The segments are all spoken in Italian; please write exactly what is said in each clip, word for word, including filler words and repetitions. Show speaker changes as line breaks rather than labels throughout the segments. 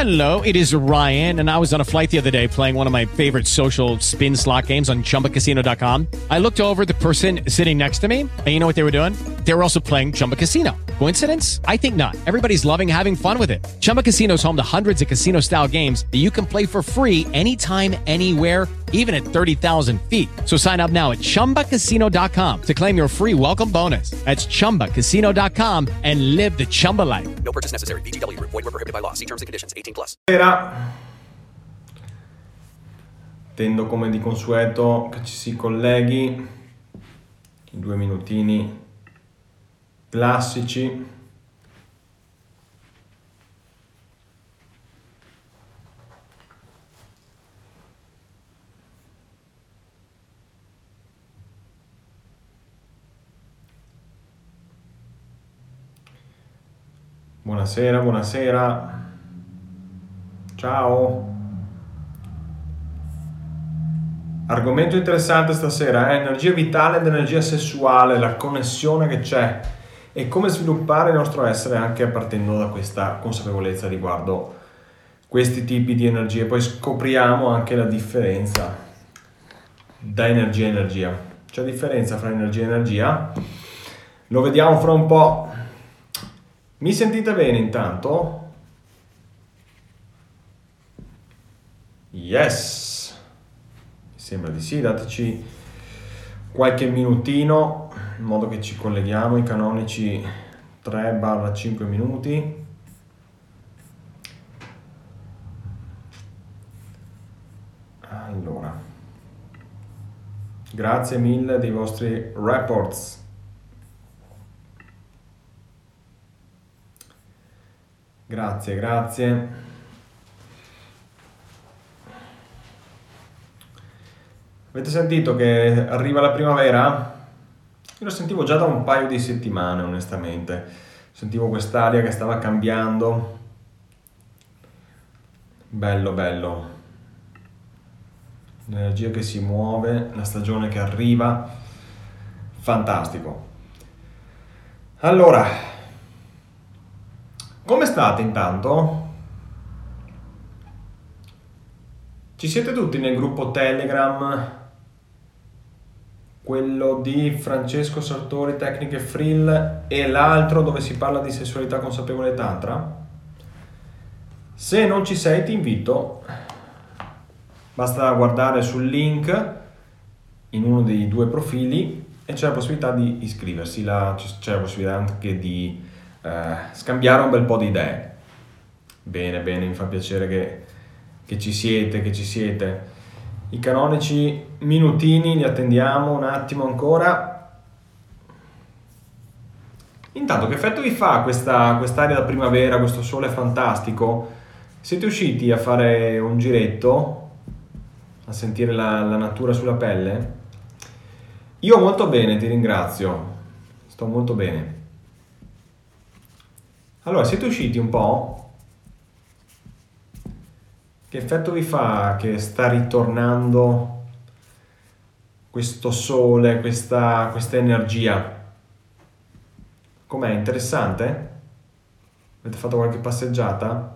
Hello, it is Ryan, and I was on a flight the other day playing one of my favorite social spin slot games on Chumba Casino dot com. I looked over at the person sitting next to me, and you know what they were doing? They were also playing Chumba Casino. Coincidence? I think not. Everybody's loving having fun with it. Chumba Casino is home to hundreds of casino-style games that you can play for free anytime, anywhere, even at thirty thousand feet. So sign up now at Chumba Casino dot com to claim your free welcome bonus. That's Chumba Casino dot com and live the Chumba life.
No purchase necessary. V G W. Void where prohibited by law. See terms and conditions. eighteen plus.
Tendo come di consueto che ci si colleghi in due minutini classici. Buonasera, buonasera. Ciao. Argomento interessante stasera, eh? Energia vitale ed energia sessuale, la connessione che c'è e come sviluppare il nostro essere anche partendo da questa consapevolezza riguardo questi tipi di energie. Poi scopriamo anche la differenza da energia a energia. C'è differenza fra energia e energia? Lo vediamo fra un po'. Mi sentite bene intanto? Yes! Mi sembra di sì, dateci qualche minutino in modo che ci colleghiamo, i canonici tre cinque minuti. Allora, grazie mille dei vostri reports. Grazie, grazie. Avete sentito che arriva la primavera? Io lo sentivo già da un paio di settimane, onestamente. Sentivo quest'aria che stava cambiando. Bello, bello. L'energia che si muove, la stagione che arriva. Fantastico. Allora, come state intanto? Ci siete tutti nel gruppo Telegram, quello di Francesco Sartori, Tecniche Frill, e l'altro dove si parla di sessualità consapevole e tantra? Se non ci sei, ti invito, basta guardare sul link in uno dei due profili e c'è la possibilità di iscriversi, la, c'è la possibilità anche di eh, scambiare un bel po' di idee. Bene, bene, mi fa piacere che, che ci siete, che ci siete. I canonici minutini li attendiamo un attimo ancora. Intanto, che effetto vi fa questa quest'aria da primavera, questo sole fantastico? Siete usciti a fare un giretto, a sentire la, la natura sulla pelle? Io molto bene, ti ringrazio. Sto molto bene. Allora, siete usciti un po'? Che effetto vi fa che sta ritornando questo sole, questa, questa energia? Com'è? Interessante? Avete fatto qualche passeggiata?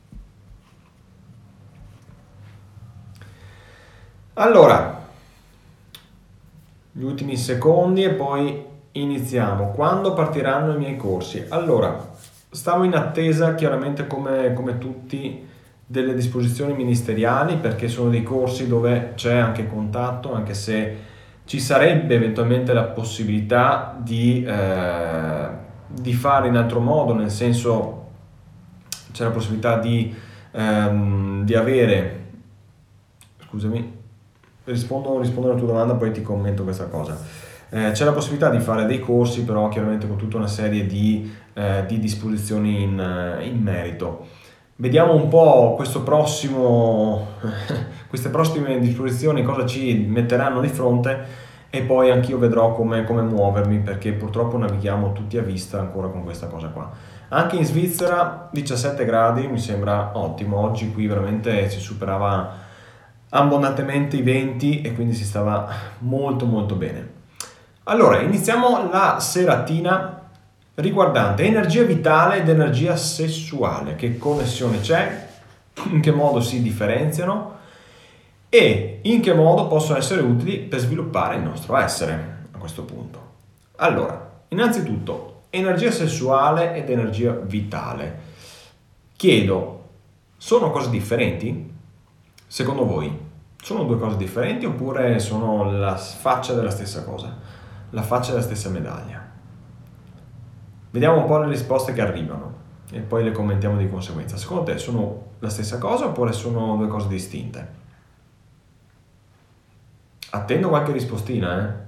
Allora, gli ultimi secondi e poi iniziamo. Quando partiranno i miei corsi? Allora, stavo in attesa chiaramente come, come tutti delle disposizioni ministeriali, perché sono dei corsi dove c'è anche contatto, anche se ci sarebbe eventualmente la possibilità di, eh, di fare in altro modo, nel senso c'è la possibilità di, ehm, di avere, scusami, rispondo, rispondo alla tua domanda, poi ti commento questa cosa. Eh, c'è la possibilità di fare dei corsi, però chiaramente con tutta una serie di, eh, di disposizioni in, in merito. Vediamo un po' questo prossimo, queste prossime disposizioni cosa ci metteranno di fronte e poi anch'io vedrò come, come muovermi, perché purtroppo navighiamo tutti a vista ancora con questa cosa qua. Anche in Svizzera diciassette gradi mi sembra ottimo, oggi qui veramente si superava abbondantemente i venti e quindi si stava molto molto bene. Allora, iniziamo la seratina riguardante energia vitale ed energia sessuale. Che connessione c'è? in che modo si differenziano e in che modo possono essere utili per sviluppare il nostro essere a questo punto. Allora, innanzitutto, energia sessuale ed energia vitale. Chiedo, sono cose differenti? Secondo voi, sono due cose differenti oppure sono la faccia della stessa cosa? La faccia della stessa medaglia? Vediamo un po' le risposte che arrivano e poi le commentiamo di conseguenza. Secondo te sono la stessa cosa oppure sono due cose distinte? Attendo qualche rispostina, eh?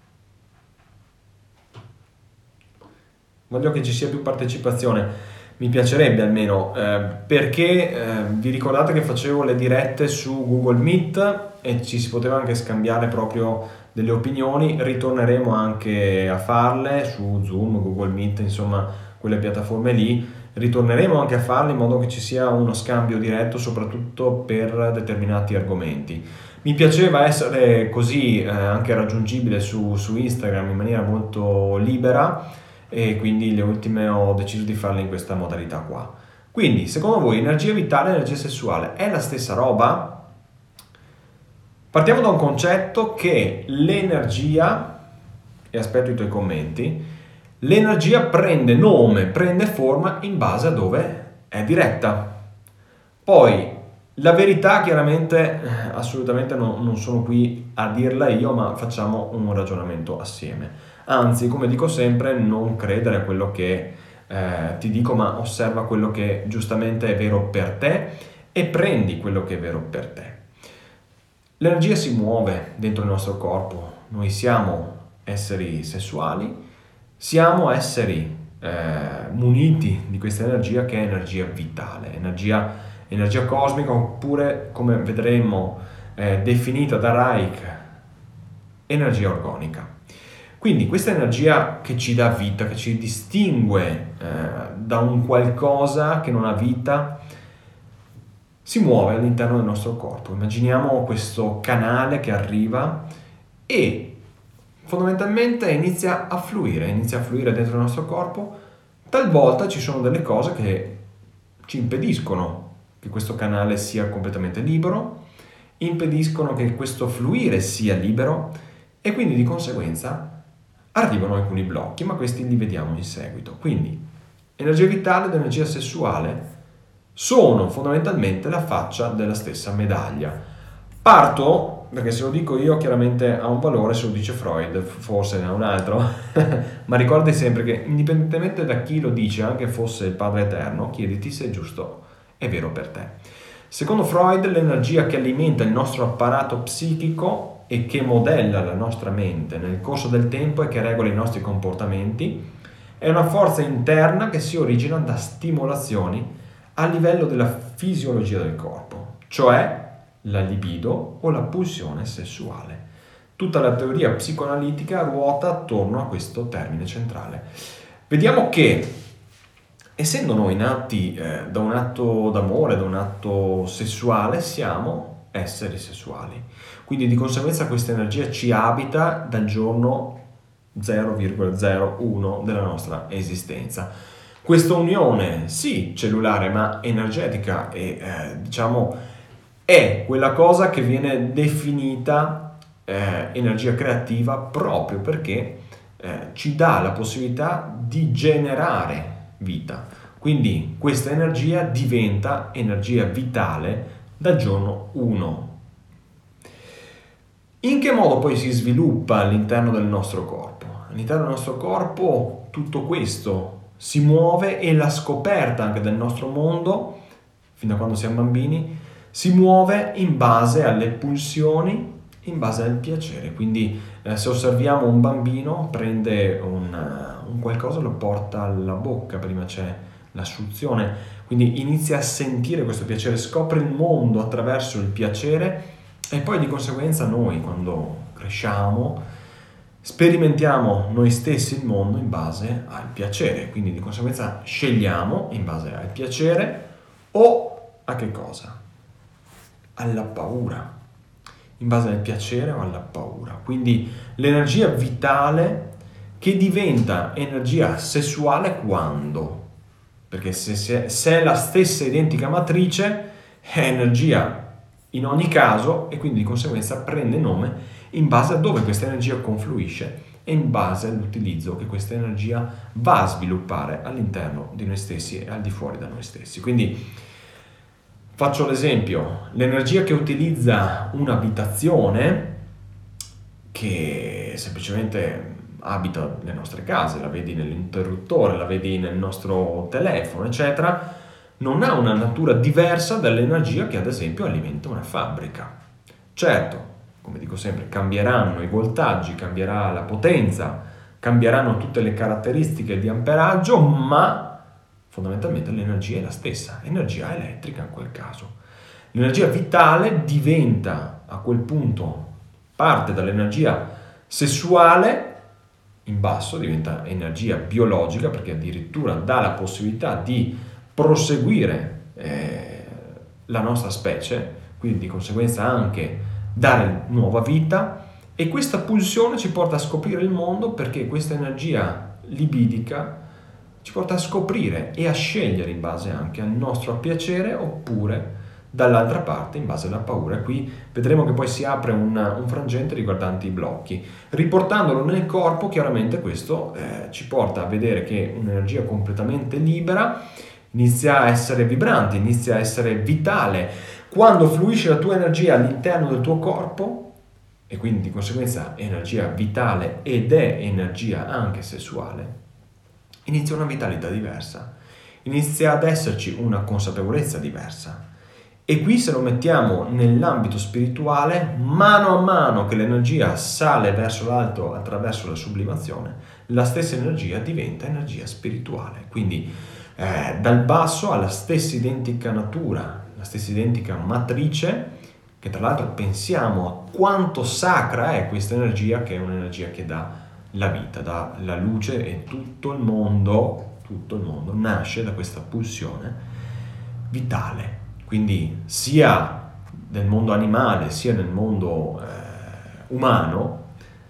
Voglio che ci sia più partecipazione. Mi piacerebbe almeno, eh, perché eh, vi ricordate che facevo le dirette su Google Meet e ci si poteva anche scambiare proprio delle opinioni. Ritorneremo anche a farle su Zoom, Google Meet, insomma quelle piattaforme lì. Ritorneremo anche a farle in modo che ci sia uno scambio diretto, soprattutto per determinati argomenti. Mi piaceva essere così eh, anche raggiungibile su, su Instagram in maniera molto libera, e quindi le ultime ho deciso di farle in questa modalità qua. Quindi, secondo voi, energia vitale e energia sessuale è la stessa roba? Partiamo da un concetto che l'energia, e aspetto i tuoi commenti, l'energia prende nome, prende forma in base a dove è diretta. Poi, la verità chiaramente, assolutamente non, non sono qui a dirla io, ma facciamo un ragionamento assieme. Anzi, come dico sempre, non credere a quello che eh, ti dico, ma osserva quello che giustamente è vero per te e prendi quello che è vero per te. L'energia si muove dentro il nostro corpo. Noi siamo esseri sessuali, siamo esseri eh, muniti di questa energia che è energia vitale, energia, energia cosmica, oppure, come vedremo, eh, definita da Reich, energia organica. Quindi questa energia che ci dà vita, che ci distingue eh, da un qualcosa che non ha vita, si muove all'interno del nostro corpo. Immaginiamo questo canale che arriva e fondamentalmente inizia a fluire, inizia a fluire dentro il nostro corpo. Talvolta ci sono delle cose che ci impediscono che questo canale sia completamente libero, impediscono che questo fluire sia libero e quindi di conseguenza arrivano alcuni blocchi, ma questi li vediamo in seguito. Quindi, energia vitale ed energia sessuale sono fondamentalmente la faccia della stessa medaglia. Parto, perché se lo dico io chiaramente ha un valore, se lo dice Freud forse ne ha un altro, ma ricordi sempre che indipendentemente da chi lo dice, anche fosse il Padre Eterno, chiediti se è giusto, è vero per te. Secondo Freud, l'energia che alimenta il nostro apparato psichico e che modella la nostra mente nel corso del tempo e che regola i nostri comportamenti è una forza interna che si origina da stimolazioni a livello della fisiologia del corpo, cioè la libido o la pulsione sessuale. Tutta la teoria psicoanalitica ruota attorno a questo termine centrale. Vediamo che, essendo noi nati eh, da un atto d'amore, da un atto sessuale, siamo esseri sessuali. Quindi di conseguenza questa energia ci abita dal giorno zero virgola zero uno della nostra esistenza. Questa unione, sì, cellulare, ma energetica e eh, diciamo è quella cosa che viene definita eh, energia creativa proprio perché eh, ci dà la possibilità di generare vita. Quindi questa energia diventa energia vitale dal giorno uno. In che modo poi si sviluppa all'interno del nostro corpo? All'interno del nostro corpo tutto questo si muove e la scoperta anche del nostro mondo, fin da quando siamo bambini, si muove in base alle pulsioni, in base al piacere. Quindi eh, se osserviamo un bambino, prende un, un qualcosa, lo porta alla bocca, prima c'è la suzione, quindi inizia a sentire questo piacere, scopre il mondo attraverso il piacere e poi di conseguenza noi quando cresciamo sperimentiamo noi stessi il mondo in base al piacere, quindi di conseguenza scegliamo in base al piacere o a che cosa? Alla paura, in base al piacere o alla paura. Quindi l'energia vitale che diventa energia sessuale quando? Perché se, se, se è la stessa identica matrice, è energia in ogni caso e quindi di conseguenza prende nome in base a dove questa energia confluisce e in base all'utilizzo che questa energia va a sviluppare all'interno di noi stessi e al di fuori da noi stessi. Quindi faccio l'esempio, l'energia che utilizza un'abitazione che semplicemente abita le nostre case, la vedi nell'interruttore, la vedi nel nostro telefono, eccetera, non ha una natura diversa dall'energia che ad esempio alimenta una fabbrica. Certo, come dico sempre, cambieranno i voltaggi, cambierà la potenza, cambieranno tutte le caratteristiche di amperaggio, ma fondamentalmente l'energia è la stessa, energia elettrica in quel caso. L'energia vitale diventa a quel punto parte dall'energia sessuale in basso, diventa energia biologica perché addirittura dà la possibilità di proseguire eh, la nostra specie, quindi di conseguenza anche dare nuova vita, e questa pulsione ci porta a scoprire il mondo perché questa energia libidica ci porta a scoprire e a scegliere in base anche al nostro piacere oppure dall'altra parte in base alla paura. Qui vedremo che poi si apre un, un frangente riguardante i blocchi. Riportandolo nel corpo, chiaramente questo eh, ci porta a vedere che un'energia completamente libera inizia a essere vibrante, inizia a essere vitale. Quando fluisce la tua energia all'interno del tuo corpo, e quindi di conseguenza energia vitale ed è energia anche sessuale, inizia una vitalità diversa, inizia ad esserci una consapevolezza diversa. E qui se lo mettiamo nell'ambito spirituale, mano a mano che l'energia sale verso l'alto attraverso la sublimazione, la stessa energia diventa energia spirituale. Quindi eh, dal basso alla stessa identica natura, la stessa identica matrice, che tra l'altro pensiamo a quanto sacra è questa energia, che è un'energia che dà la vita, dà la luce, e tutto il mondo, tutto il mondo nasce da questa pulsione vitale. Quindi sia nel mondo animale sia nel mondo eh, umano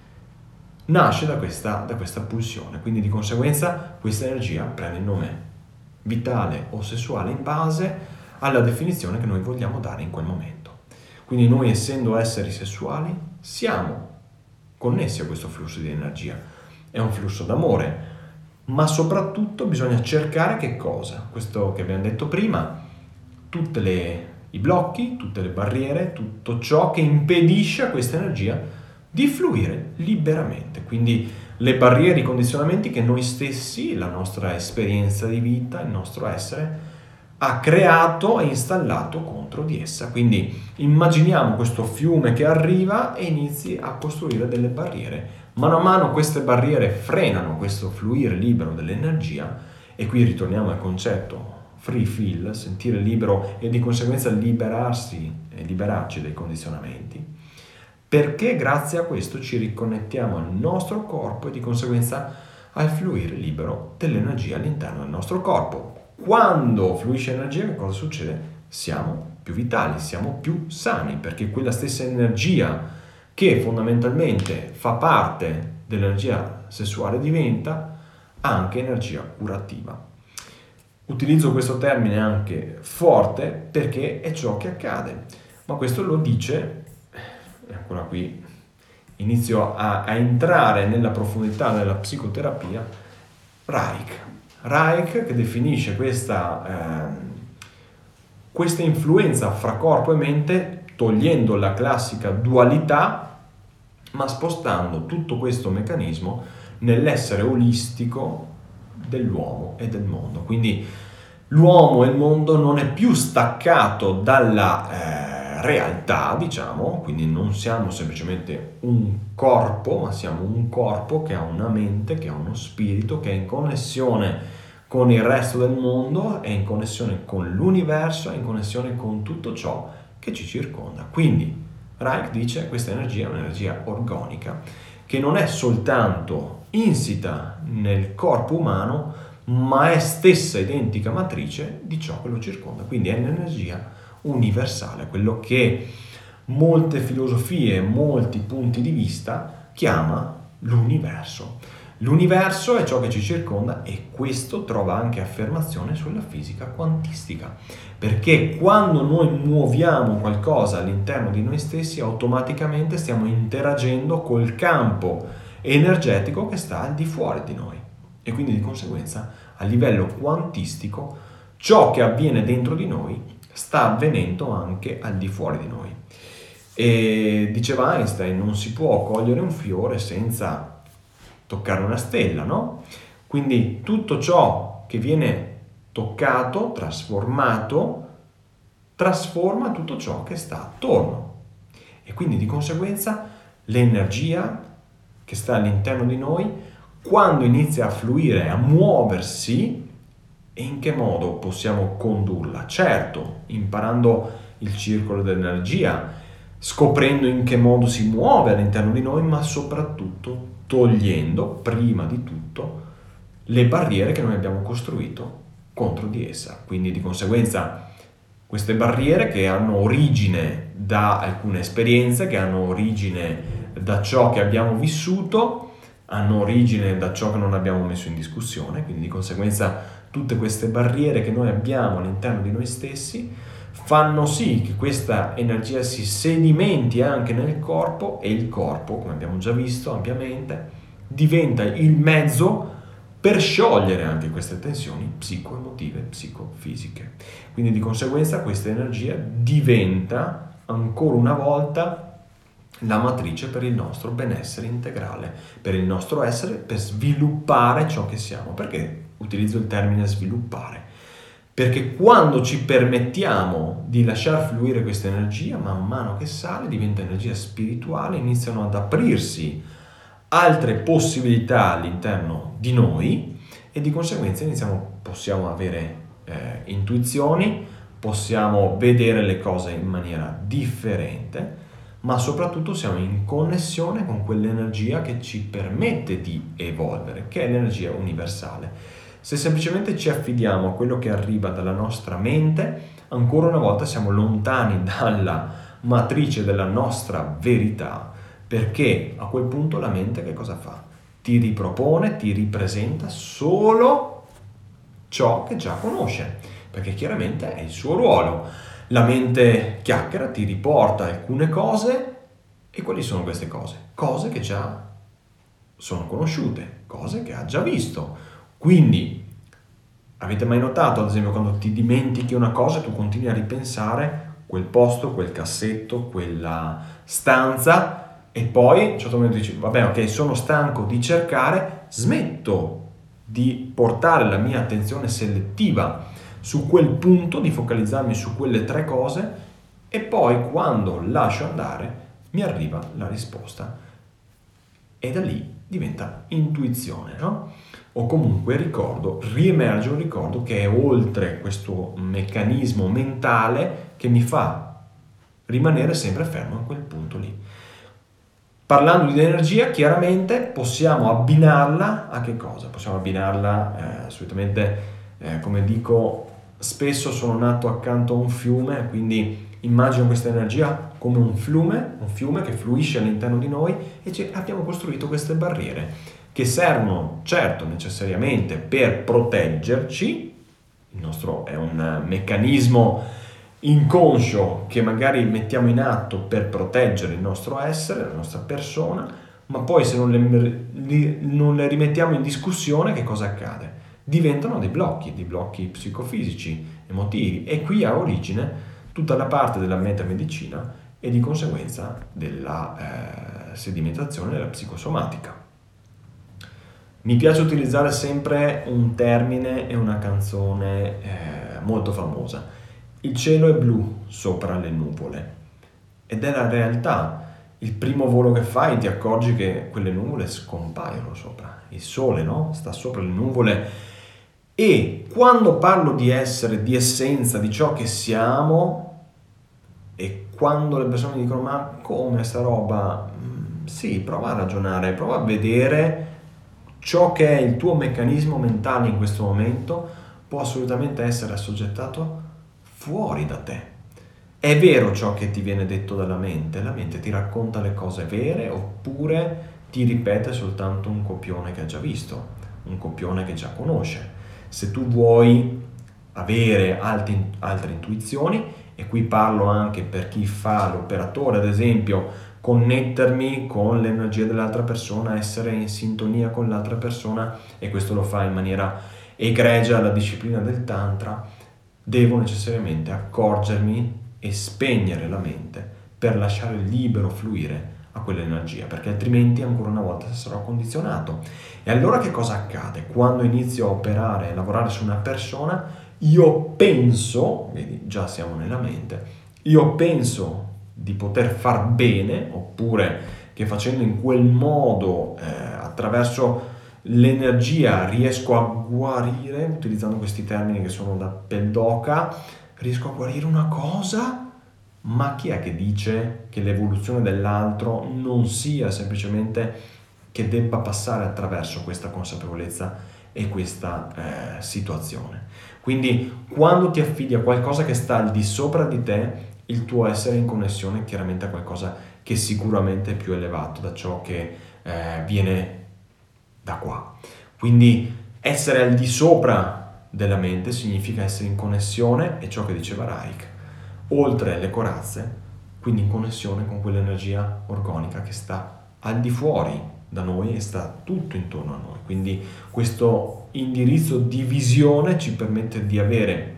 nasce da questa, da questa pulsione. Quindi di conseguenza questa energia prende il nome vitale o sessuale in base alla definizione che noi vogliamo dare in quel momento. Quindi noi, essendo esseri sessuali, siamo connessi a questo flusso di energia. È un flusso d'amore, ma soprattutto bisogna cercare che cosa? Questo che abbiamo detto prima, tutti i blocchi, tutte le barriere, tutto ciò che impedisce a questa energia di fluire liberamente. Quindi le barriere, i condizionamenti che noi stessi, la nostra esperienza di vita, il nostro essere, ha creato e installato contro di essa. Quindi immaginiamo questo fiume che arriva e inizi a costruire delle barriere. Mano a mano queste barriere frenano questo fluire libero dell'energia, e qui ritorniamo al concetto free feel, sentire libero e di conseguenza liberarsi e liberarci dai condizionamenti, perché grazie a questo ci riconnettiamo al nostro corpo e di conseguenza al fluire libero dell'energia all'interno del nostro corpo. Quando fluisce energia, che cosa succede? Siamo più vitali, siamo più sani, perché quella stessa energia che fondamentalmente fa parte dell'energia sessuale diventa anche energia curativa. Utilizzo questo termine anche forte perché è ciò che accade, ma questo lo dice, ancora qui inizio a, a entrare nella profondità della psicoterapia, Reich. Reich, che definisce questa, eh, questa influenza fra corpo e mente, togliendo la classica dualità, ma spostando tutto questo meccanismo nell'essere olistico dell'uomo e del mondo. Quindi l'uomo e il mondo non è più staccato dalla eh, realtà, diciamo, quindi non siamo semplicemente un corpo, ma siamo un corpo che ha una mente, che ha uno spirito, che è in connessione con il resto del mondo, è in connessione con l'universo, è in connessione con tutto ciò che ci circonda. Quindi Reich dice che questa energia è un'energia organica, che non è soltanto insita nel corpo umano, ma è stessa identica matrice di ciò che lo circonda. Quindi è un'energia universale, quello che molte filosofie, molti punti di vista chiama l'universo. L'universo è ciò che ci circonda e questo trova anche affermazione sulla fisica quantistica, perché quando noi muoviamo qualcosa all'interno di noi stessi automaticamente stiamo interagendo col campo energetico che sta al di fuori di noi e quindi di conseguenza a livello quantistico ciò che avviene dentro di noi sta avvenendo anche al di fuori di noi. E diceva Einstein, non si può cogliere un fiore senza toccare una stella, no? Quindi tutto ciò che viene toccato, trasformato, trasforma tutto ciò che sta attorno. E quindi di conseguenza l'energia che sta all'interno di noi, quando inizia a fluire, a muoversi, e in che modo possiamo condurla? Certo, imparando il circolo dell'energia, scoprendo in che modo si muove all'interno di noi, ma soprattutto togliendo, prima di tutto, le barriere che noi abbiamo costruito contro di essa. Quindi di conseguenza queste barriere che hanno origine da alcune esperienze, che hanno origine da ciò che abbiamo vissuto, hanno origine da ciò che non abbiamo messo in discussione, quindi di conseguenza tutte queste barriere che noi abbiamo all'interno di noi stessi fanno sì che questa energia si sedimenti anche nel corpo e il corpo, come abbiamo già visto ampiamente, diventa il mezzo per sciogliere anche queste tensioni psico-emotive, psicofisiche. Quindi di conseguenza questa energia diventa ancora una volta la matrice per il nostro benessere integrale, per il nostro essere, per sviluppare ciò che siamo. Perché utilizzo il termine sviluppare? Perché quando ci permettiamo di lasciar fluire questa energia, man mano che sale, diventa energia spirituale, iniziano ad aprirsi altre possibilità all'interno di noi e di conseguenza iniziamo, possiamo avere eh, intuizioni, possiamo vedere le cose in maniera differente, ma soprattutto siamo in connessione con quell'energia che ci permette di evolvere, che è l'energia universale. Se semplicemente ci affidiamo a quello che arriva dalla nostra mente, ancora una volta siamo lontani dalla matrice della nostra verità, perché a quel punto la mente che cosa fa? Ti ripropone, ti ripresenta solo ciò che già conosce, perché chiaramente è il suo ruolo. La mente chiacchiera, ti riporta alcune cose, e quali sono queste cose? Cose che già sono conosciute, cose che ha già visto. Quindi, avete mai notato, ad esempio, quando ti dimentichi una cosa, tu continui a ripensare quel posto, quel cassetto, quella stanza, e poi a un certo momento dici, vabbè, ok, sono stanco di cercare, smetto di portare la mia attenzione selettiva su quel punto, di focalizzarmi su quelle tre cose, e poi quando lascio andare mi arriva la risposta. E da lì diventa intuizione, no? O comunque ricordo, riemerge un ricordo che è oltre questo meccanismo mentale che mi fa rimanere sempre fermo a quel punto lì. Parlando di energia, chiaramente possiamo abbinarla a che cosa? Possiamo abbinarla, eh, solitamente, eh, come dico, spesso sono nato accanto a un fiume, quindi immagino questa energia come un fiume, un fiume che fluisce all'interno di noi e ci, abbiamo costruito queste barriere che servono, certo, necessariamente per proteggerci. Il nostro è un meccanismo inconscio che magari mettiamo in atto per proteggere il nostro essere, la nostra persona, ma poi se non le, li, non le rimettiamo in discussione, che cosa accade? Diventano dei blocchi, dei blocchi psicofisici, emotivi, e qui ha origine tutta la parte della metamedicina e di conseguenza della eh, sedimentazione della psicosomatica. Mi piace utilizzare sempre un termine e una canzone eh, molto famosa. Il cielo è blu sopra le nuvole, ed è la realtà. Il primo volo che fai ti accorgi che quelle nuvole scompaiono sopra. Il sole, no? Sta sopra le nuvole. E quando parlo di essere, di essenza, di ciò che siamo, e quando le persone mi dicono ma come sta roba? Mm, sì, prova a ragionare, prova a vedere ciò che è il tuo meccanismo mentale in questo momento può assolutamente essere assoggettato fuori da te. È vero ciò che ti viene detto dalla mente, la mente ti racconta le cose vere oppure ti ripete soltanto un copione che ha già visto, un copione che già conosce. Se tu vuoi avere altre, altre intuizioni, e qui parlo anche per chi fa l'operatore, ad esempio, connettermi con l'energia dell'altra persona, essere in sintonia con l'altra persona, e questo lo fa in maniera egregia la disciplina del Tantra, devo necessariamente accorgermi e spegnere la mente per lasciare libero fluire a quell'energia, perché altrimenti ancora una volta sarò condizionato. E allora che cosa accade? Quando inizio a operare e lavorare su una persona, io penso, vedi, già siamo nella mente, io penso di poter far bene, oppure che facendo in quel modo, eh, attraverso l'energia, riesco a guarire, utilizzando questi termini che sono da pel d'oca, riesco a guarire una cosa, ma chi è che dice che l'evoluzione dell'altro non sia semplicemente che debba passare attraverso questa consapevolezza e questa eh, situazione? Quindi quando ti affidi a qualcosa che sta al di sopra di te, il tuo essere in connessione chiaramente a qualcosa che sicuramente è più elevato da ciò che eh, viene da qua. Quindi essere al di sopra della mente significa essere in connessione, è ciò che diceva Raik, oltre le corazze, quindi in connessione con quell'energia organica che sta al di fuori da noi e sta tutto intorno a noi. Quindi questo indirizzo di visione ci permette di avere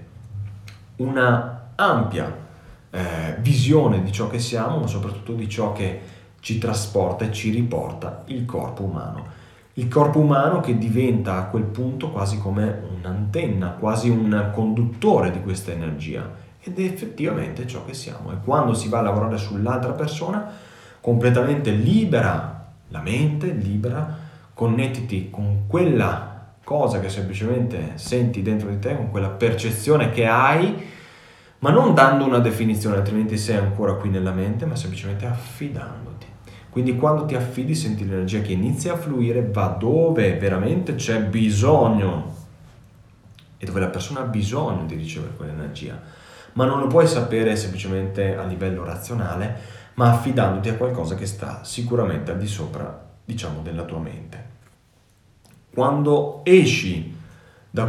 una ampia eh, visione di ciò che siamo, ma soprattutto di ciò che ci trasporta e ci riporta il corpo umano. Il corpo umano che diventa a quel punto quasi come un'antenna, quasi un conduttore di questa energia, ed è effettivamente ciò che siamo. E quando si va a lavorare sull'altra persona, completamente libera la mente, libera, connettiti con quella cosa che semplicemente senti dentro di te, con quella percezione che hai, ma non dando una definizione, altrimenti sei ancora qui nella mente, ma semplicemente affidandoti. Quindi quando ti affidi senti l'energia che inizia a fluire, va dove veramente c'è bisogno e dove la persona ha bisogno di ricevere quell'energia, ma non lo puoi sapere semplicemente a livello razionale, ma affidandoti a qualcosa che sta sicuramente al di sopra, diciamo, della tua mente. Quando esci da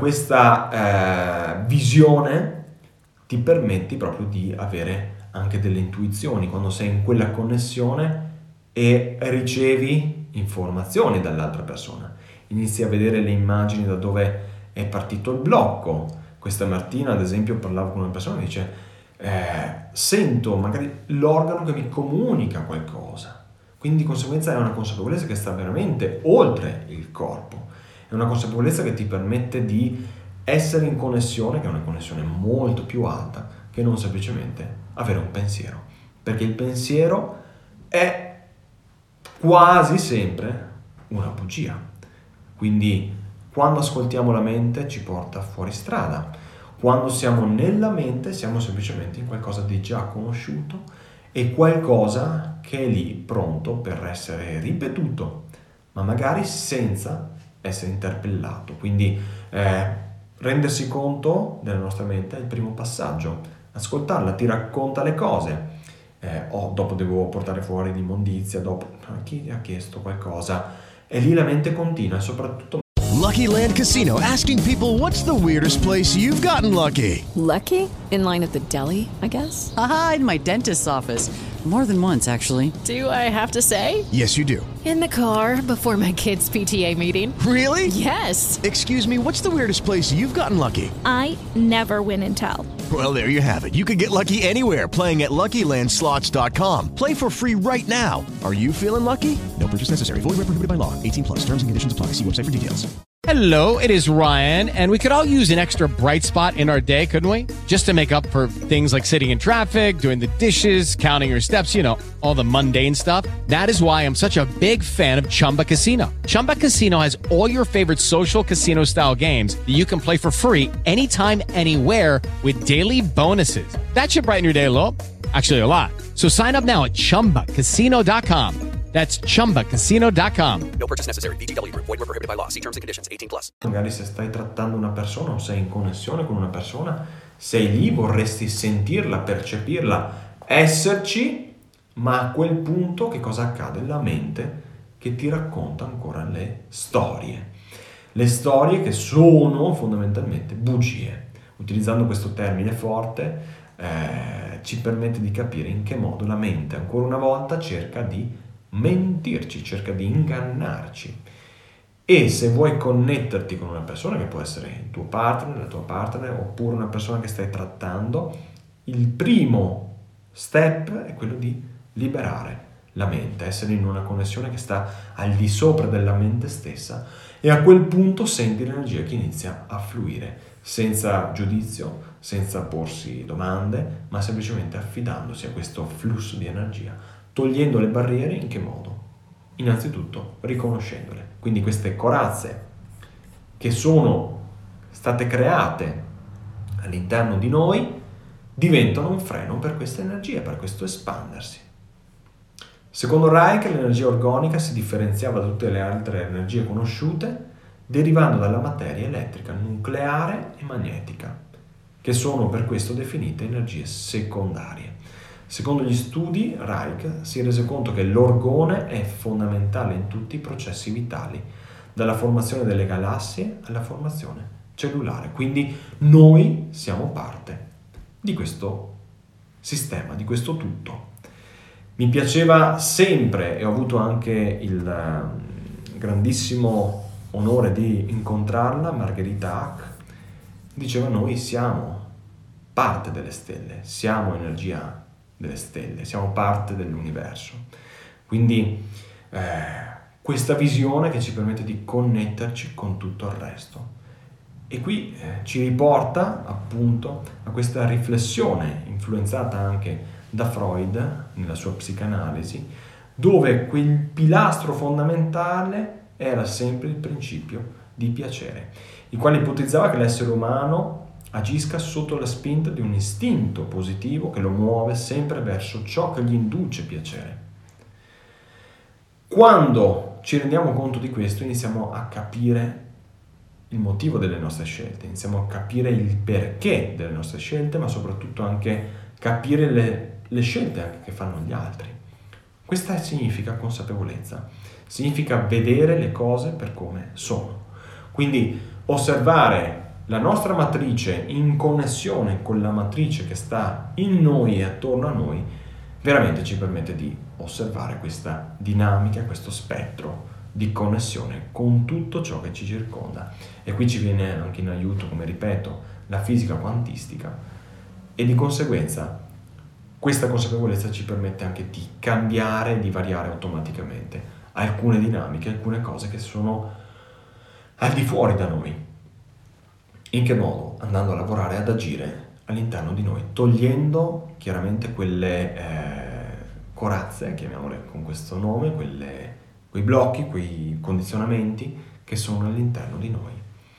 questa eh, visione, ti permetti proprio di avere anche delle intuizioni, quando sei in quella connessione e ricevi informazioni dall'altra persona, inizi a vedere le immagini da dove è partito il blocco. Questa mattina, ad esempio, parlavo con una persona che dice eh, sento magari l'organo che mi comunica qualcosa, quindi di conseguenza è una consapevolezza che sta veramente oltre il corpo, è una consapevolezza che ti permette di essere in connessione, che è una connessione molto più alta che non semplicemente avere un pensiero, perché il pensiero è quasi sempre una bugia. Quindi quando ascoltiamo la mente ci porta fuori strada, quando siamo nella mente siamo semplicemente in qualcosa di già conosciuto e qualcosa che è lì pronto per essere ripetuto, ma magari senza essere interpellato. Quindi eh, rendersi conto della nostra mente è il primo passaggio. Ascoltarla ti racconta le cose. Eh, oh, dopo devo portare fuori l'immondizia, dopo chi ha chiesto qualcosa, e lì la mente continua e soprattutto.
Lucky Land Casino, asking people, what's the weirdest place you've gotten lucky?
Lucky? In line at the deli, I guess?
Aha, in my dentist's office. More than once, actually.
Do I have to say?
Yes, you do.
In the car before my kids' P T A meeting.
Really?
Yes.
Excuse me, what's the weirdest place you've gotten lucky?
I never win and tell.
Well, there you have it. You can get lucky anywhere, playing at Lucky Land Slots dot com. Play for free right now. Are you feeling lucky? No purchase necessary. Void where prohibited by law. eighteen plus. Terms and conditions apply. See website for details.
Hello, it is Ryan, and we could all use an extra bright spot in our day, couldn't we? Just to make up for things like sitting in traffic, doing the dishes, counting your steps, you know, all the mundane stuff. That is why I'm such a big fan of Chumba Casino. Chumba Casino has all your favorite social casino-style games that you can play for free anytime, anywhere with daily bonuses. That should brighten your day a little. Actually, a lot. So sign up now at chumba casino dot com. That's chumba casino dot com.
No purchase necessary. V G W Group. Void where prohibited by law. See terms and conditions. eighteen plus.
Magari se stai trattando una persona o sei in connessione con una persona, sei lì, vorresti sentirla, percepirla, esserci, ma a quel punto che cosa accade? La mente che ti racconta ancora le storie. Le storie che sono fondamentalmente bugie. Utilizzando questo termine forte eh, ci permette di capire in che modo la mente ancora una volta cerca di mentirci, cerca di ingannarci. E se vuoi connetterti con una persona, che può essere il tuo partner, la tua partner, oppure una persona che stai trattando, il primo step è quello di liberare la mente, essere in una connessione che sta al di sopra della mente stessa, e a quel punto senti l'energia che inizia a fluire, senza giudizio, senza porsi domande, ma semplicemente affidandosi a questo flusso di energia, togliendo le barriere. In che modo? Innanzitutto riconoscendole. Quindi queste corazze che sono state create all'interno di noi diventano un freno per questa energia, per questo espandersi. Secondo Reich, l'energia organica si differenziava da tutte le altre energie conosciute derivando dalla materia elettrica, nucleare e magnetica, che sono per questo definite energie secondarie. Secondo gli studi, Reich si è reso conto che l'orgone è fondamentale in tutti i processi vitali, dalla formazione delle galassie alla formazione cellulare. Quindi noi siamo parte di questo sistema, di questo tutto. Mi piaceva sempre, e ho avuto anche il grandissimo onore di incontrarla, Margherita Hack, diceva: noi siamo parte delle stelle, siamo energia delle stelle, siamo parte dell'universo. Quindi eh, questa visione che ci permette di connetterci con tutto il resto. E qui eh, ci riporta appunto a questa riflessione influenzata anche da Freud nella sua psicanalisi, dove quel pilastro fondamentale era sempre il principio di piacere, il quale ipotizzava che l'essere umano agisca sotto la spinta di un istinto positivo che lo muove sempre verso ciò che gli induce piacere. Quando ci rendiamo conto di questo, iniziamo a capire il motivo delle nostre scelte, iniziamo a capire il perché delle nostre scelte, ma soprattutto anche capire le, le scelte anche che fanno gli altri. Questa significa consapevolezza, significa vedere le cose per come sono. Quindi osservare la nostra matrice in connessione con la matrice che sta in noi e attorno a noi veramente ci permette di osservare questa dinamica, questo spettro di connessione con tutto ciò che ci circonda. E qui ci viene anche in aiuto, come ripeto, la fisica quantistica, e di conseguenza questa consapevolezza ci permette anche di cambiare e di variare automaticamente alcune dinamiche, alcune cose che sono al di fuori da noi. In che modo? Andando a lavorare, ad agire all'interno di noi, togliendo chiaramente quelle eh, corazze, chiamiamole con questo nome, quelle, quei blocchi, quei condizionamenti che sono all'interno di noi.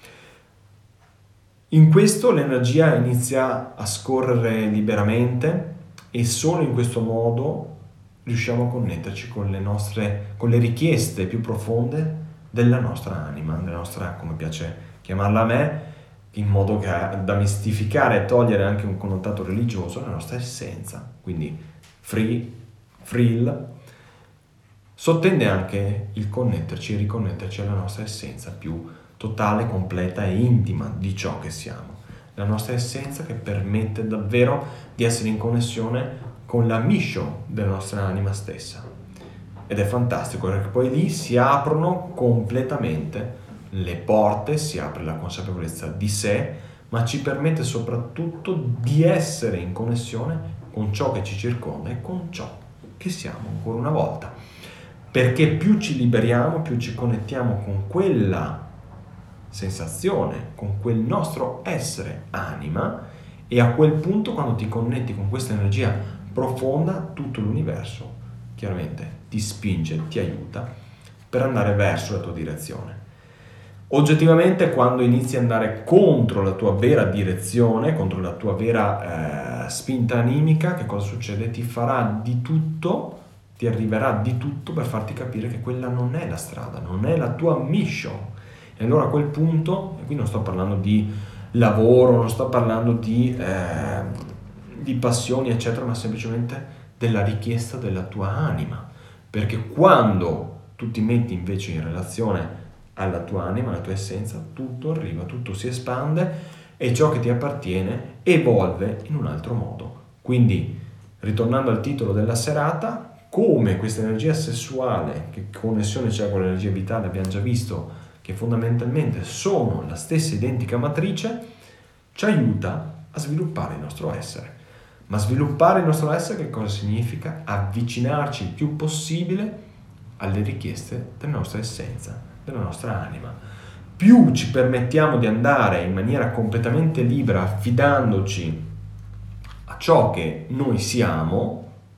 In questo l'energia inizia a scorrere liberamente e solo in questo modo riusciamo a connetterci con le nostre, con le richieste più profonde della nostra anima, della nostra, come piace chiamarla a me, in modo che da mistificare e togliere anche un connotato religioso, la nostra essenza. Quindi free, frill, sottende anche il connetterci e riconnetterci alla nostra essenza più totale, completa e intima di ciò che siamo. La nostra essenza che permette davvero di essere in connessione con la mission della nostra anima stessa. Ed è fantastico perché poi lì si aprono completamente le porte, si apre la consapevolezza di sé, ma ci permette soprattutto di essere in connessione con ciò che ci circonda e con ciò che siamo ancora una volta. Perché più ci liberiamo, più ci connettiamo con quella sensazione, con quel nostro essere anima, e a quel punto, quando ti connetti con questa energia profonda, tutto l'universo chiaramente ti spinge, ti aiuta per andare verso la tua direzione. Oggettivamente, quando inizi ad andare contro la tua vera direzione, contro la tua vera eh, spinta animica, che cosa succede? Ti farà di tutto, ti arriverà di tutto per farti capire che quella non è la strada, non è la tua mission. E allora a quel punto, e qui non sto parlando di lavoro, non sto parlando di, eh, di passioni eccetera, ma semplicemente della richiesta della tua anima, perché quando tu ti metti invece in relazione alla tua anima, alla tua essenza, tutto arriva, tutto si espande e ciò che ti appartiene evolve in un altro modo. Quindi, ritornando al titolo della serata, come questa energia sessuale, che connessione c'è con l'energia vitale, abbiamo già visto che fondamentalmente sono la stessa identica matrice, ci aiuta a sviluppare il nostro essere. Ma sviluppare il nostro essere che cosa significa? Avvicinarci il più possibile alle richieste della nostra essenza, della nostra anima. Più ci permettiamo di andare in maniera completamente libera, affidandoci a ciò che noi siamo,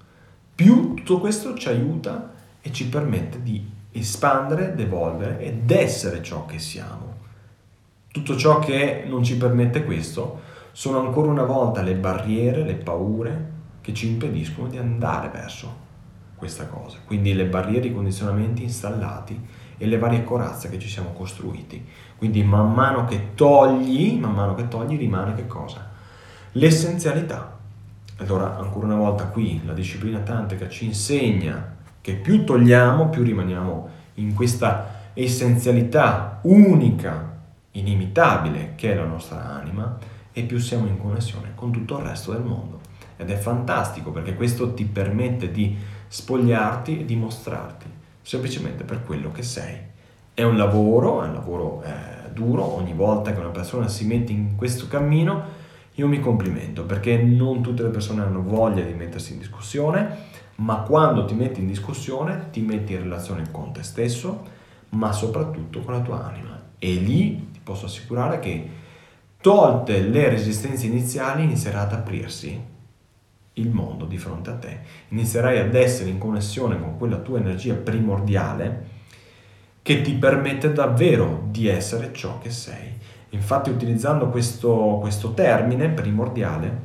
più tutto questo ci aiuta e ci permette di espandere, ed evolvere ed essere ciò che siamo. Tutto ciò che non ci permette questo sono ancora una volta le barriere, le paure che ci impediscono di andare verso questa cosa. Quindi le barriere, i condizionamenti installati e le varie corazze che ci siamo costruiti. Quindi man mano che togli, man mano che togli rimane che cosa? L'essenzialità. Allora, ancora una volta qui, la disciplina tantrica ci insegna che più togliamo, più rimaniamo in questa essenzialità unica, inimitabile, che è la nostra anima, e più siamo in connessione con tutto il resto del mondo. Ed è fantastico perché questo ti permette di spogliarti e di mostrarti semplicemente per quello che sei. È un lavoro, è un lavoro eh, duro, ogni volta che una persona si mette in questo cammino io mi complimento, perché non tutte le persone hanno voglia di mettersi in discussione, ma quando ti metti in discussione ti metti in relazione con te stesso, ma soprattutto con la tua anima. E lì ti posso assicurare che, tolte le resistenze iniziali, inizierà ad aprirsi il mondo di fronte a te. Inizierai ad essere in connessione con quella tua energia primordiale che ti permette davvero di essere ciò che sei. Infatti, utilizzando questo, questo termine primordiale,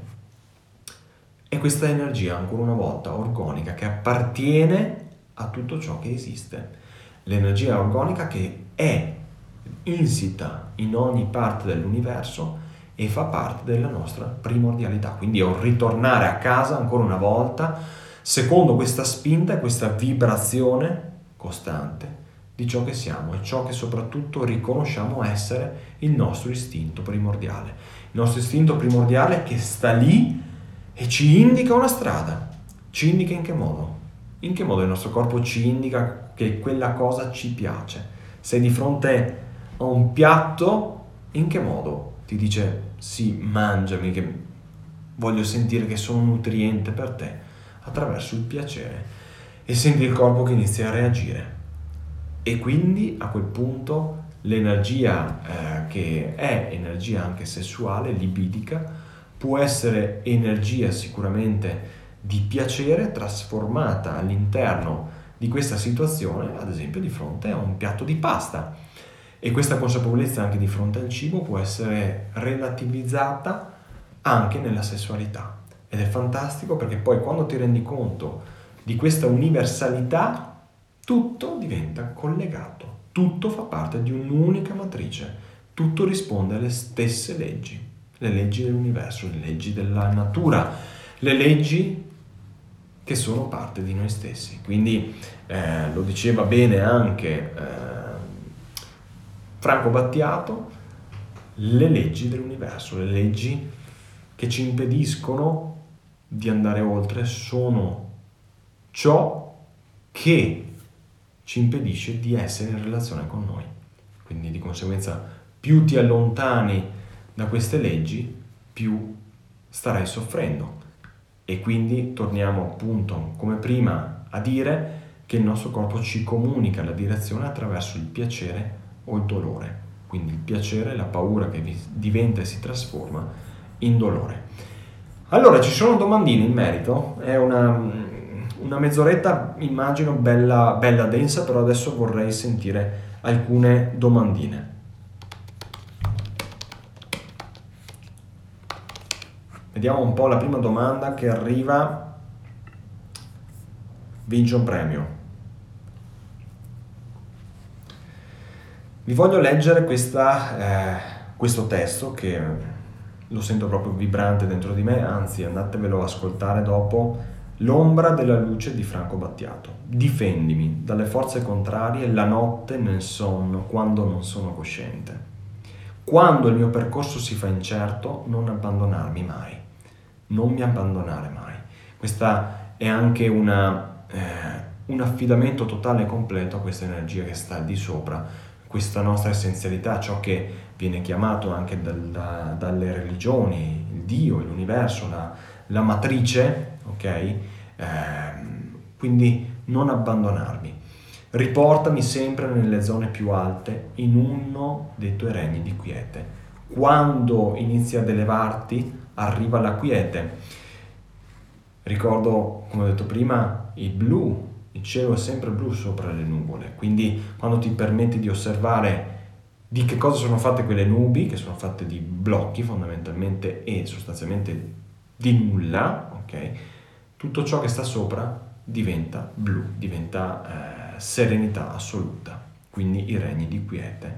è questa energia, ancora una volta, organica, che appartiene a tutto ciò che esiste. L'energia organica che è insita in ogni parte dell'universo e fa parte della nostra primordialità. Quindi è un ritornare a casa, ancora una volta, secondo questa spinta e questa vibrazione costante di ciò che siamo e ciò che soprattutto riconosciamo essere il nostro istinto primordiale. Il nostro istinto primordiale che sta lì e ci indica una strada. Ci indica in che modo? In che modo il nostro corpo ci indica che quella cosa ci piace? Sei di fronte a un piatto, in che modo ti dice sì, mangiami, che voglio sentire che sono un nutriente per te? Attraverso il piacere. E senti il corpo che inizia a reagire. E quindi a quel punto l'energia eh, che è energia anche sessuale, libidica, può essere energia sicuramente di piacere trasformata all'interno di questa situazione, ad esempio di fronte a un piatto di pasta. E questa consapevolezza anche di fronte al cibo può essere relativizzata anche nella sessualità. Ed è fantastico perché poi quando ti rendi conto di questa universalità, tutto diventa collegato, tutto fa parte di un'unica matrice, tutto risponde alle stesse leggi, le leggi dell'universo, le leggi della natura, le leggi che sono parte di noi stessi. Quindi eh, lo diceva bene anche eh, Franco Battiato, le leggi dell'universo, le leggi che ci impediscono di andare oltre sono ciò che ci impedisce di essere in relazione con noi. Quindi di conseguenza più ti allontani da queste leggi, più starai soffrendo. E quindi torniamo appunto come prima a dire che il nostro corpo ci comunica la direzione attraverso il piacere o il dolore. Quindi il piacere, la paura che diventa e si trasforma in dolore. Allora, ci sono domandine in merito, è una... Una mezz'oretta, immagino, bella, bella densa, però adesso vorrei sentire alcune domandine. Vediamo un po' la prima domanda che arriva. Vince un premio. Vi voglio leggere questa, eh, questo testo che lo sento proprio vibrante dentro di me, anzi andatevelo ad ascoltare dopo. L'ombra della luce di Franco Battiato. Difendimi dalle forze contrarie la notte nel sonno quando non sono cosciente. Quando il mio percorso si fa incerto, non abbandonarmi mai. Non mi abbandonare mai. Questa è anche una, eh, un affidamento totale e completo a questa energia che sta al di sopra, questa nostra essenzialità, ciò che viene chiamato anche dal, dalle religioni, il Dio, l'universo, la, la matrice, ok? Eh, quindi non abbandonarmi. Riportami sempre nelle zone più alte, in uno dei tuoi regni di quiete. Quando inizi ad elevarti, arriva la quiete. Ricordo, come ho detto prima, il blu, il cielo è sempre blu sopra le nuvole, quindi quando ti permetti di osservare di che cosa sono fatte quelle nubi, che sono fatte di blocchi fondamentalmente e sostanzialmente di nulla, ok? Tutto ciò che sta sopra diventa blu, diventa eh, serenità assoluta, quindi i regni di quiete.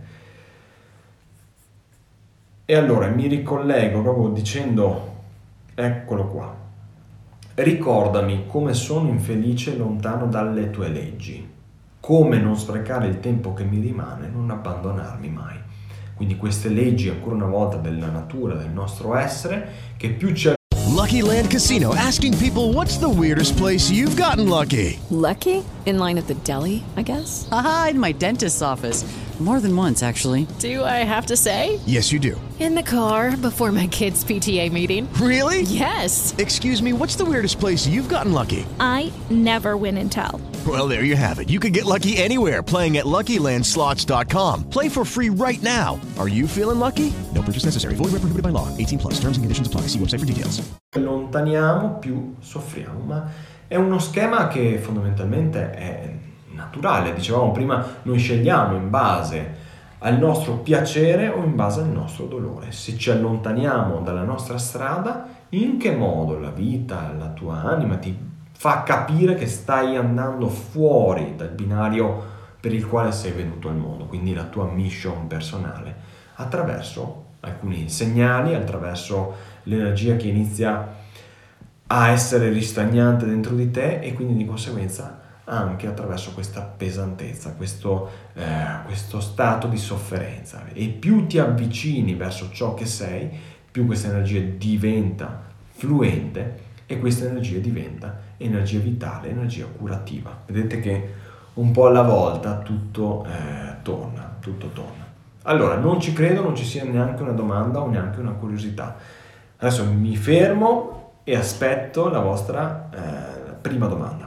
E allora mi ricollego proprio dicendo, eccolo qua, ricordami come sono infelice lontano dalle tue leggi, come non sprecare il tempo che mi rimane, non abbandonarmi mai. Quindi queste leggi, ancora una volta, della natura, del nostro essere, che più ci
Lucky Land Casino, asking people, what's the weirdest place you've gotten lucky?
Lucky? In line at the deli, I guess?
Aha, in my dentist's office. More than once, actually.
Do I have to say?
Yes, you do.
In the car before my kids' P T A meeting.
Really?
Yes.
Excuse me, what's the weirdest place you've gotten lucky?
I never win and tell.
Well, there you have it. You can get lucky anywhere, playing at Lucky Land Slots dot com. Play for free right now. Are you feeling lucky? No purchase necessary. Void where prohibited by law. eighteen plus. Terms and conditions apply. See website for details.
Allontaniamo, più soffriamo, ma è uno schema che fondamentalmente è naturale. Dicevamo prima, noi scegliamo in base al nostro piacere o in base al nostro dolore. Se ci allontaniamo dalla nostra strada, in che modo la vita, la tua anima ti fa capire che stai andando fuori dal binario per il quale sei venuto al mondo, quindi la tua mission personale, attraverso alcuni segnali, attraverso l'energia che inizia a essere ristagnante dentro di te e quindi di conseguenza anche attraverso questa pesantezza, questo, eh, questo stato di sofferenza. E più ti avvicini verso ciò che sei, più questa energia diventa fluente e questa energia diventa energia vitale, energia curativa. Vedete che un po' alla volta tutto eh, torna, tutto torna. Allora, non ci credo, non ci sia neanche una domanda o neanche una curiosità. Adesso mi fermo e aspetto la vostra eh, prima domanda.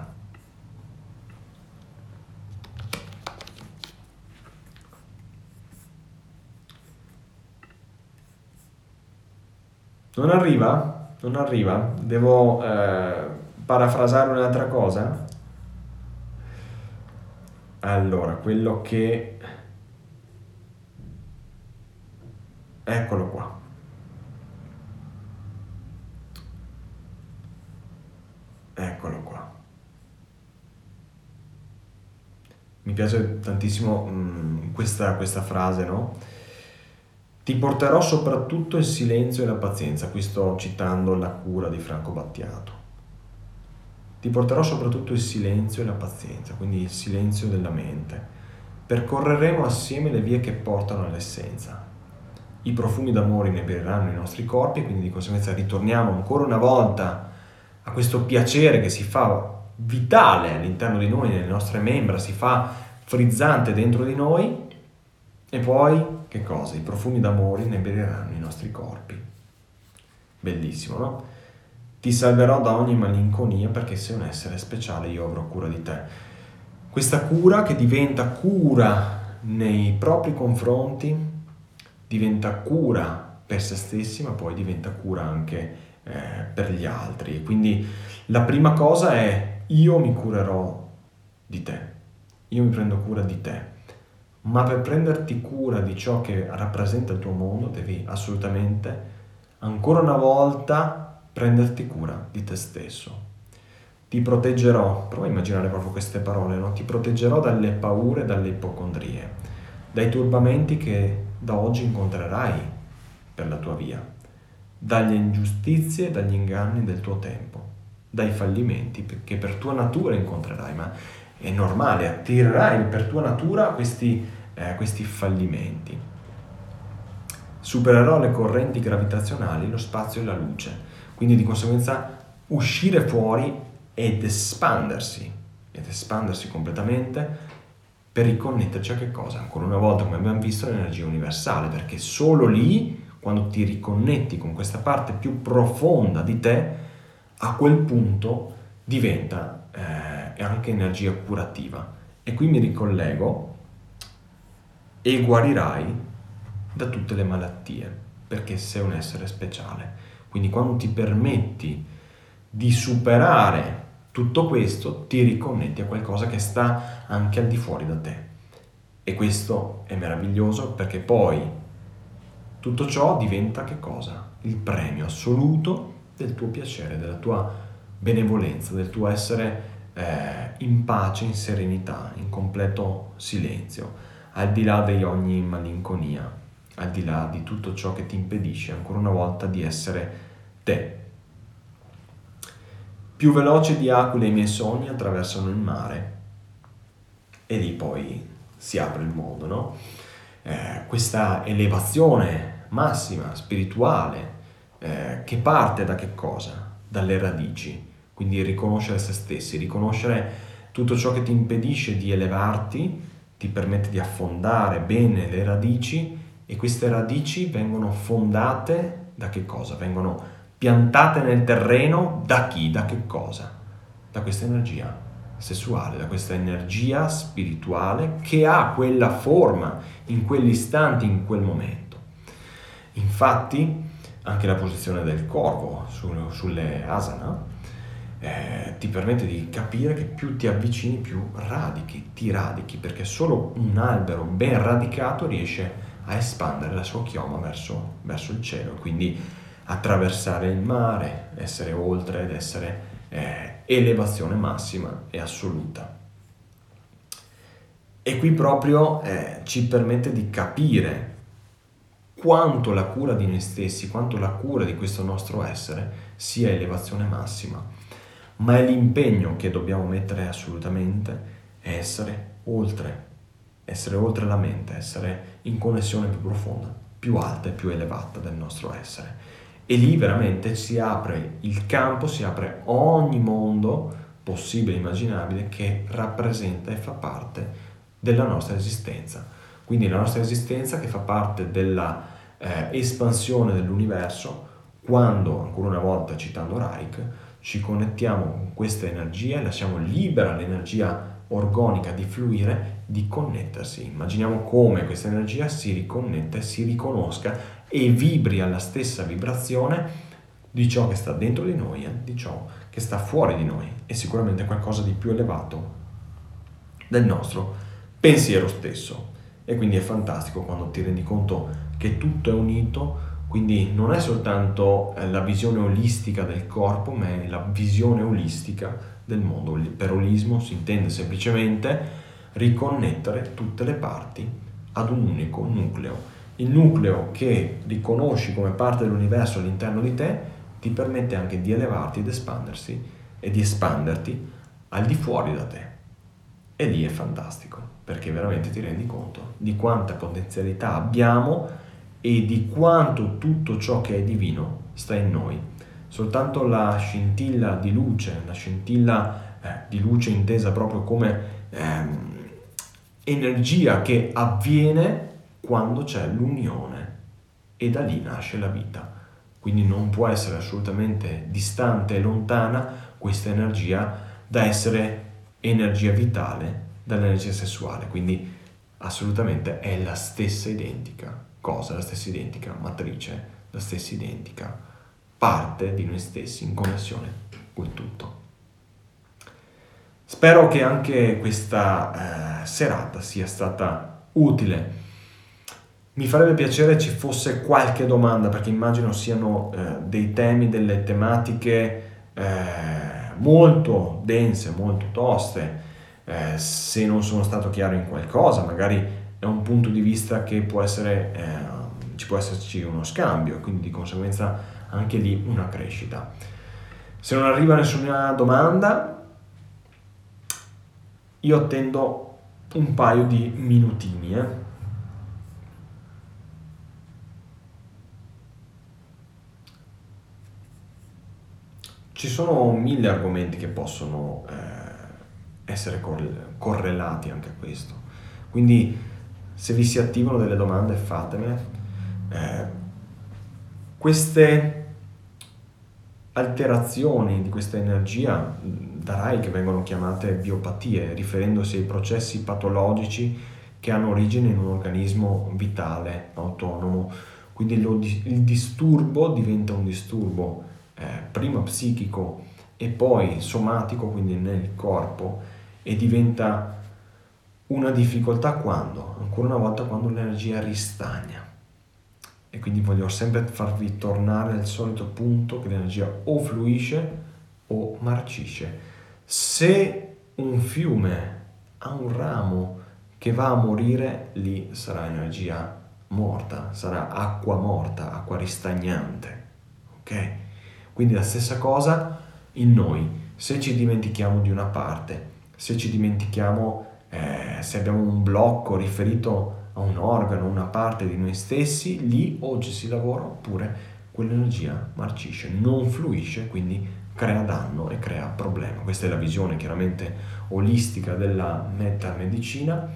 Non arriva? Non arriva? Devo eh, parafrasare un'altra cosa? Allora, quello che... Eccolo qua. Eccolo qua. Mi piace tantissimo mh, questa, questa frase, no? Ti porterò soprattutto il silenzio e la pazienza. Qui sto citando La cura di Franco Battiato. Ti porterò soprattutto il silenzio e la pazienza, quindi il silenzio della mente. Percorreremo assieme le vie che portano all'essenza. I profumi d'amore inebriranno i nostri corpi, quindi di conseguenza ritorniamo ancora una volta a questo piacere che si fa vitale all'interno di noi, nelle nostre membra, si fa frizzante dentro di noi, e poi che cosa? I profumi d'amore inebriranno i nostri corpi. Bellissimo, no? Ti salverò da ogni malinconia perché sei un essere speciale, io avrò cura di te. Questa cura che diventa cura nei propri confronti, diventa cura per se stessi, ma poi diventa cura anche eh, per gli altri. Quindi la prima cosa è: io mi curerò di te, io mi prendo cura di te, ma per prenderti cura di ciò che rappresenta il tuo mondo devi assolutamente, ancora una volta, prenderti cura di te stesso. Ti proteggerò, prova a immaginare proprio queste parole, no? Ti proteggerò dalle paure, dalle ipocondrie, dai turbamenti che da oggi incontrerai per la tua via, dalle ingiustizie e dagli inganni del tuo tempo, dai fallimenti che per tua natura incontrerai, ma è normale, attirerai per tua natura questi, eh, questi fallimenti. Supererò le correnti gravitazionali, lo spazio e la luce, quindi di conseguenza uscire fuori ed espandersi, ed espandersi completamente per riconnetterci a che cosa? Ancora una volta, come abbiamo visto, l'energia universale, perché solo lì, quando ti riconnetti con questa parte più profonda di te, a quel punto diventa eh, anche energia curativa. E qui mi ricollego e guarirai da tutte le malattie, perché sei un essere speciale. Quindi quando ti permetti di superare tutto questo, ti riconnetti a qualcosa che sta anche al di fuori da te. E questo è meraviglioso, perché poi tutto ciò diventa che cosa? Il premio assoluto del tuo piacere, della tua benevolenza, del tuo essere eh, in pace, in serenità, in completo silenzio, al di là di ogni malinconia, al di là di tutto ciò che ti impedisce ancora una volta di essere te. Più veloce di aquile i miei sogni attraversano il mare, e lì poi si apre il mondo, no? Eh, questa elevazione massima, spirituale, eh, che parte da che cosa? Dalle radici, quindi riconoscere se stessi, riconoscere tutto ciò che ti impedisce di elevarti, ti permette di affondare bene le radici, e queste radici vengono fondate da che cosa? Vengono piantate nel terreno da chi? Da che cosa? Da questa energia sessuale, da questa energia spirituale che ha quella forma in quell'istante, in quel momento. Infatti anche la posizione del corvo su, sulle asana eh, ti permette di capire che più ti avvicini più radichi, ti radichi, perché solo un albero ben radicato riesce a espandere la sua chioma verso, verso il cielo, quindi attraversare il mare, essere oltre ed essere eh, elevazione massima e assoluta. E qui proprio eh, ci permette di capire quanto la cura di noi stessi, quanto la cura di questo nostro essere sia elevazione massima, ma è l'impegno che dobbiamo mettere assolutamente, è essere oltre, essere oltre la mente, essere in connessione più profonda, più alta e più elevata del nostro essere. E lì veramente si apre il campo, si apre ogni mondo possibile e immaginabile che rappresenta e fa parte della nostra esistenza. Quindi la nostra esistenza che fa parte della eh, espansione dell'universo, quando, ancora una volta citando Reich, ci connettiamo con questa energia e lasciamo libera l'energia organica di fluire, di connettersi. Immaginiamo come questa energia si riconnette, si riconosca e vibri alla stessa vibrazione di ciò che sta dentro di noi, eh, di ciò che sta fuori di noi, e sicuramente qualcosa di più elevato del nostro pensiero stesso. E quindi è fantastico quando ti rendi conto che tutto è unito, quindi non è soltanto la visione olistica del corpo, ma è la visione olistica del mondo. Per olismo si intende semplicemente riconnettere tutte le parti ad un unico nucleo. Il nucleo che riconosci come parte dell'universo all'interno di te ti permette anche di elevarti ed espandersi e di espanderti al di fuori da te. E lì è fantastico, perché veramente ti rendi conto di quanta potenzialità abbiamo e di quanto tutto ciò che è divino sta in noi. Soltanto la scintilla di luce, la scintilla eh, di luce intesa proprio come ehm, energia che avviene quando c'è l'unione, e da lì nasce la vita. Quindi non può essere assolutamente distante e lontana questa energia da essere energia vitale dall'energia sessuale, quindi assolutamente è la stessa identica cosa, la stessa identica matrice, la stessa identica parte di noi stessi in connessione col tutto. Spero che anche questa eh, serata sia stata utile. Mi farebbe piacere ci fosse qualche domanda, perché immagino siano eh, dei temi, delle tematiche eh, molto dense, molto toste. Eh, se non sono stato chiaro in qualcosa, magari è un punto di vista che può essere, eh, ci può esserci uno scambio, e quindi di conseguenza anche lì una crescita. Se non arriva nessuna domanda, io attendo un paio di minutini, eh. Ci sono mille argomenti che possono eh, essere corre- correlati anche a questo, quindi se vi si attivano delle domande fatemele. Eh, queste alterazioni di questa energia da Rai, che vengono chiamate biopatie, riferendosi ai processi patologici che hanno origine in un organismo vitale, autonomo, quindi lo, il disturbo diventa un disturbo Eh, prima psichico e poi somatico, quindi nel corpo, e diventa una difficoltà quando? Ancora una volta quando l'energia ristagna. E quindi voglio sempre farvi tornare al solito punto, che l'energia o fluisce o marcisce. Se un fiume ha un ramo che va a morire, lì sarà energia morta, sarà acqua morta, acqua ristagnante, ok? Quindi la stessa cosa in noi. Se ci dimentichiamo di una parte, se ci dimentichiamo, eh, se abbiamo un blocco riferito a un organo, una parte di noi stessi, lì o ci si lavora oppure quell'energia marcisce, non fluisce, quindi crea danno e crea problema. Questa è la visione chiaramente olistica della metamedicina,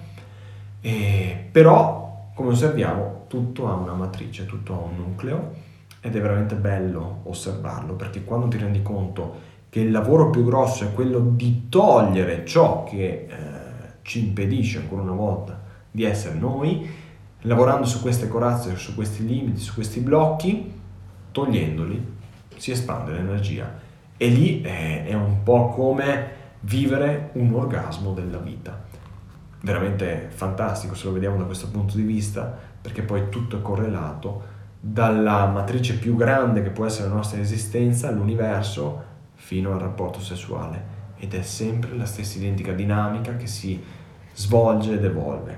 e però come osserviamo tutto ha una matrice, tutto ha un nucleo. Ed è veramente bello osservarlo, perché quando ti rendi conto che il lavoro più grosso è quello di togliere ciò che eh, ci impedisce ancora una volta di essere noi, lavorando su queste corazze, su questi limiti, su questi blocchi, togliendoli, si espande l'energia. E lì è, è un po' come vivere un orgasmo della vita. Veramente fantastico se lo vediamo da questo punto di vista, perché poi tutto è correlato dalla matrice più grande che può essere la nostra esistenza, l'universo, fino al rapporto sessuale, ed è sempre la stessa identica dinamica che si svolge ed evolve.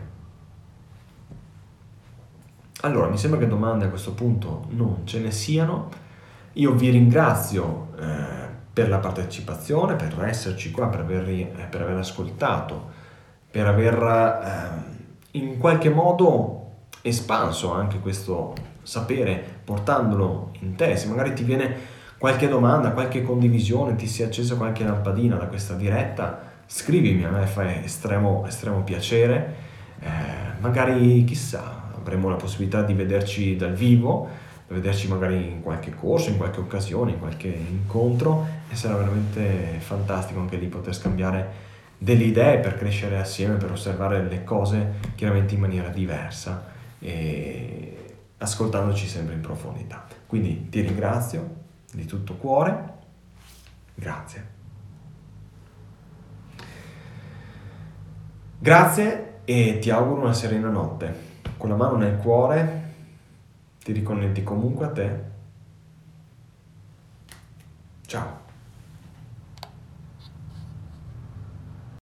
Allora, mi sembra che domande a questo punto non ce ne siano. Io vi ringrazio eh, per la partecipazione, per esserci qua, per aver, eh, per aver ascoltato, per aver eh, in qualche modo espanso anche questo sapere, portandolo in te. Se magari ti viene qualche domanda, qualche condivisione, ti si è accesa qualche lampadina da questa diretta, scrivimi, a me fa estremo, estremo piacere. Eh, magari, chissà, avremo la possibilità di vederci dal vivo, di vederci magari in qualche corso, in qualche occasione, in qualche incontro, e sarà veramente fantastico anche lì poter scambiare delle idee per crescere assieme, per osservare le cose chiaramente in maniera diversa e ascoltandoci sempre in profondità. Quindi ti ringrazio di tutto cuore, grazie. Grazie e ti auguro una serena notte. Con la mano nel cuore ti riconnetti comunque a te. Ciao.